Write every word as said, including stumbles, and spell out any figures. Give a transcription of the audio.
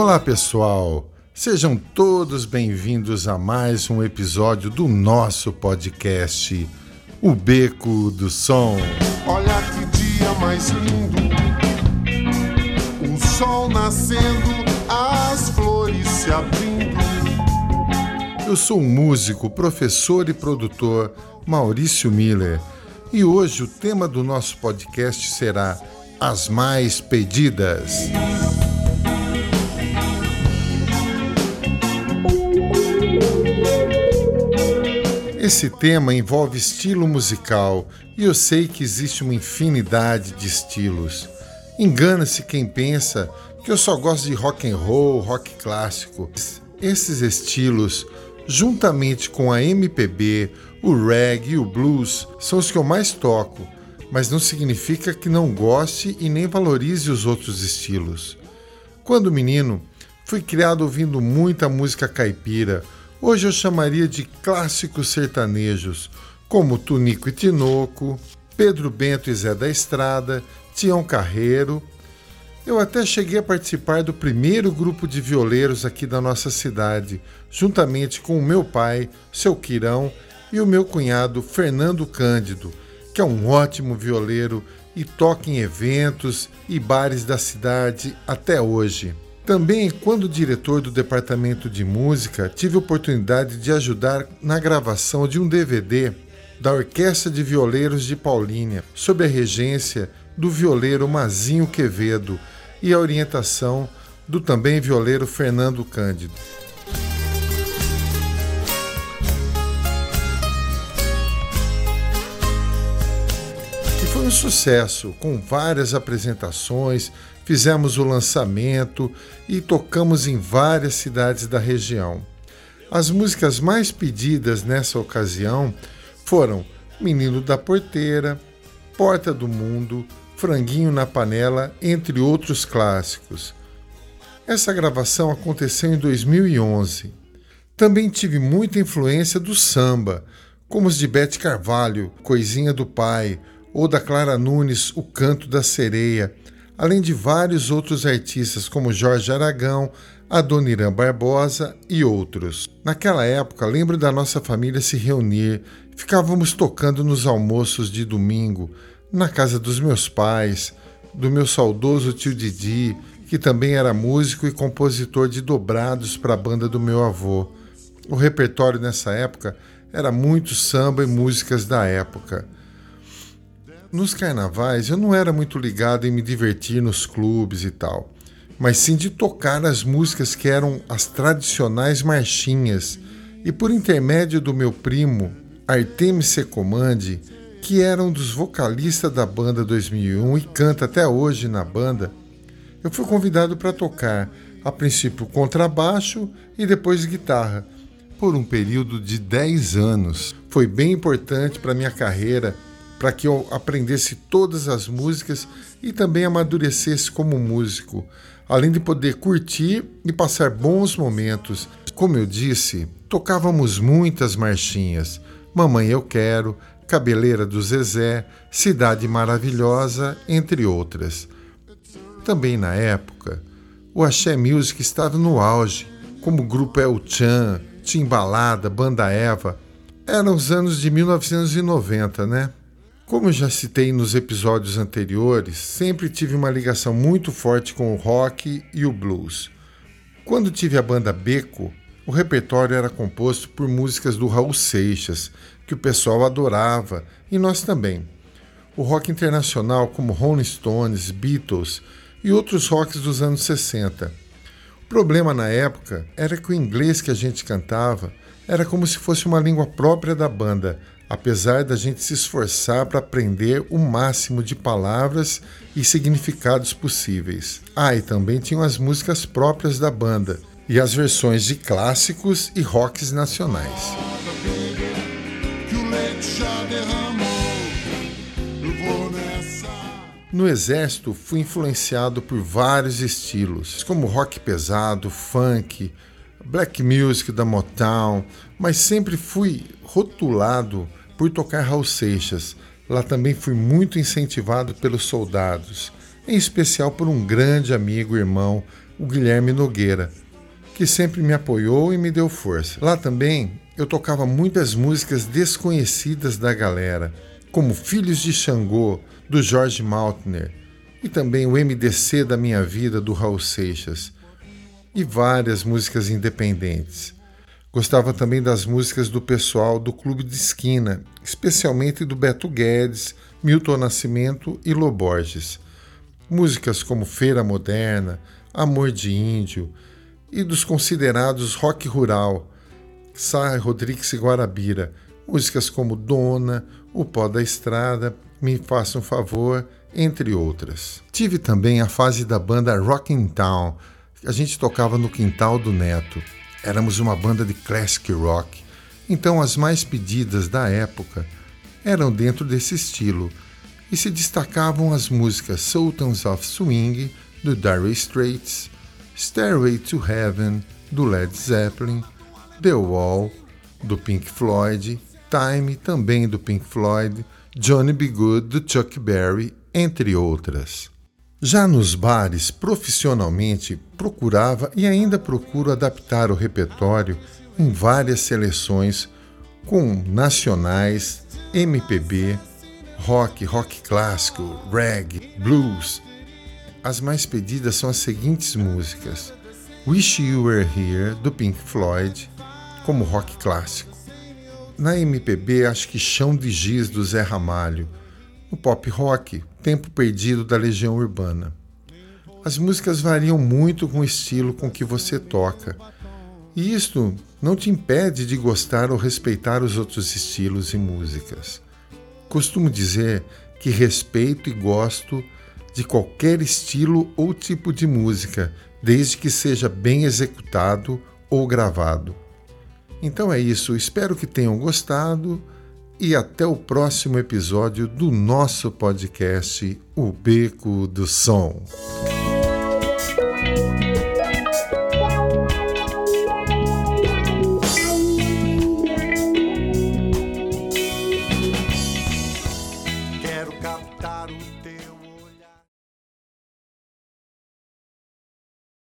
Olá pessoal, sejam todos bem-vindos a mais um episódio do nosso podcast, O Beco do Som. Olha que dia mais lindo, o sol nascendo, as flores se abrindo. Eu sou o músico, professor e produtor Maurício Miller e hoje o tema do nosso podcast será As Mais Pedidas. Esse tema envolve estilo musical e eu sei que existe uma infinidade de estilos. Engana-se quem pensa que eu só gosto de rock and roll, rock clássico. Esses estilos, juntamente com a M P B, o reggae e o blues, são os que eu mais toco, mas não significa que não goste e nem valorize os outros estilos. Quando menino, fui criado ouvindo muita música caipira. Hoje eu chamaria de clássicos sertanejos, como Tunico e Tinoco, Pedro Bento e Zé da Estrada, Tião Carreiro. Eu até cheguei a participar do primeiro grupo de violeiros aqui da nossa cidade, juntamente com o meu pai, seu Quirão, e o meu cunhado, Fernando Cândido, que é um ótimo violeiro e toca em eventos e bares da cidade até hoje. Também, quando diretor do departamento de música, tive a oportunidade de ajudar na gravação de um D V D da Orquestra de Violeiros de Paulínia, sob a regência do violeiro Mazinho Quevedo e a orientação do também violeiro Fernando Cândido. E foi um sucesso, com várias apresentações. Fizemos o lançamento e tocamos em várias cidades da região. As músicas mais pedidas nessa ocasião foram Menino da Porteira, Porta do Mundo, Franguinho na Panela, entre outros clássicos. Essa gravação aconteceu em dois mil e onze. Também tive muita influência do samba, como os de Bete Carvalho, Coisinha do Pai, ou da Clara Nunes, O Canto da Sereia, além de vários outros artistas como Jorge Aragão, Adoniran Barbosa e outros. Naquela época, lembro da nossa família se reunir, ficávamos tocando nos almoços de domingo, na casa dos meus pais, do meu saudoso tio Didi, que também era músico e compositor de dobrados para a banda do meu avô. O repertório nessa época era muito samba e músicas da época. Nos carnavais eu não era muito ligado em me divertir nos clubes e tal, mas sim de tocar as músicas que eram as tradicionais marchinhas, e por intermédio do meu primo, Artemio Secomandi, que era um dos vocalistas da banda dois mil e um e canta até hoje na banda, eu fui convidado para tocar, a princípio contrabaixo e depois guitarra, por um período de dez anos. Foi bem importante para minha carreira, para que eu aprendesse todas as músicas e também amadurecesse como músico, além de poder curtir e passar bons momentos. Como eu disse, tocávamos muitas marchinhas, Mamãe Eu Quero, Cabeleira do Zezé, Cidade Maravilhosa, entre outras. Também na época, o Axé Music estava no auge, como o grupo El Chan, Timbalada, Banda Eva. Eram os anos de mil novecentos e noventa, né? Como eu já citei nos episódios anteriores, sempre tive uma ligação muito forte com o rock e o blues. Quando tive a banda Beco, o repertório era composto por músicas do Raul Seixas, que o pessoal adorava, e nós também. O rock internacional como Rolling Stones, Beatles e outros rocks dos anos sessenta. O problema na época era que o inglês que a gente cantava era como se fosse uma língua própria da banda, apesar da gente se esforçar para aprender o máximo de palavras e significados possíveis. Ah, e também tinham as músicas próprias da banda e as versões de clássicos e rocks nacionais. No Exército, fui influenciado por vários estilos, como rock pesado, funk, black music da Motown, mas sempre fui rotulado por tocar Raul Seixas. Lá também fui muito incentivado pelos soldados, em especial por um grande amigo e irmão, o Guilherme Nogueira, que sempre me apoiou e me deu força. Lá também eu tocava muitas músicas desconhecidas da galera, como Filhos de Xangô, do Jorge Maltner, e também o M D C da Minha Vida, do Raul Seixas, e várias músicas independentes. Gostava também das músicas do pessoal do Clube de Esquina, especialmente do Beto Guedes, Milton Nascimento e Lô Borges. Músicas como Feira Moderna, Amor de Índio, e dos considerados rock rural, Sá Rodrigues e Guarabira, músicas como Dona, O Pó da Estrada, Me Faça um Favor, entre outras. Tive também a fase da banda Rockin' Town. A gente tocava no quintal do Neto. Éramos uma banda de classic rock, então as mais pedidas da época eram dentro desse estilo, e se destacavam as músicas Sultans of Swing, do Dire Straits, Stairway to Heaven, do Led Zeppelin, The Wall, do Pink Floyd, Time, também do Pink Floyd, Johnny B. Good, do Chuck Berry, entre outras. Já nos bares, profissionalmente, procurava e ainda procuro adaptar o repertório em várias seleções com nacionais, M P B, rock, rock clássico, reggae, blues. As mais pedidas são as seguintes músicas: Wish You Were Here, do Pink Floyd, como rock clássico. Na M P B, acho que Chão de Giz, do Zé Ramalho. No pop rock, Tempo Perdido, da Legião Urbana. As músicas variam muito com o estilo com que você toca, e isto não te impede de gostar ou respeitar os outros estilos e músicas. Costumo dizer que respeito e gosto de qualquer estilo ou tipo de música, desde que seja bem executado ou gravado. Então é isso, espero que tenham gostado e até o próximo episódio do nosso podcast O Beco do Som.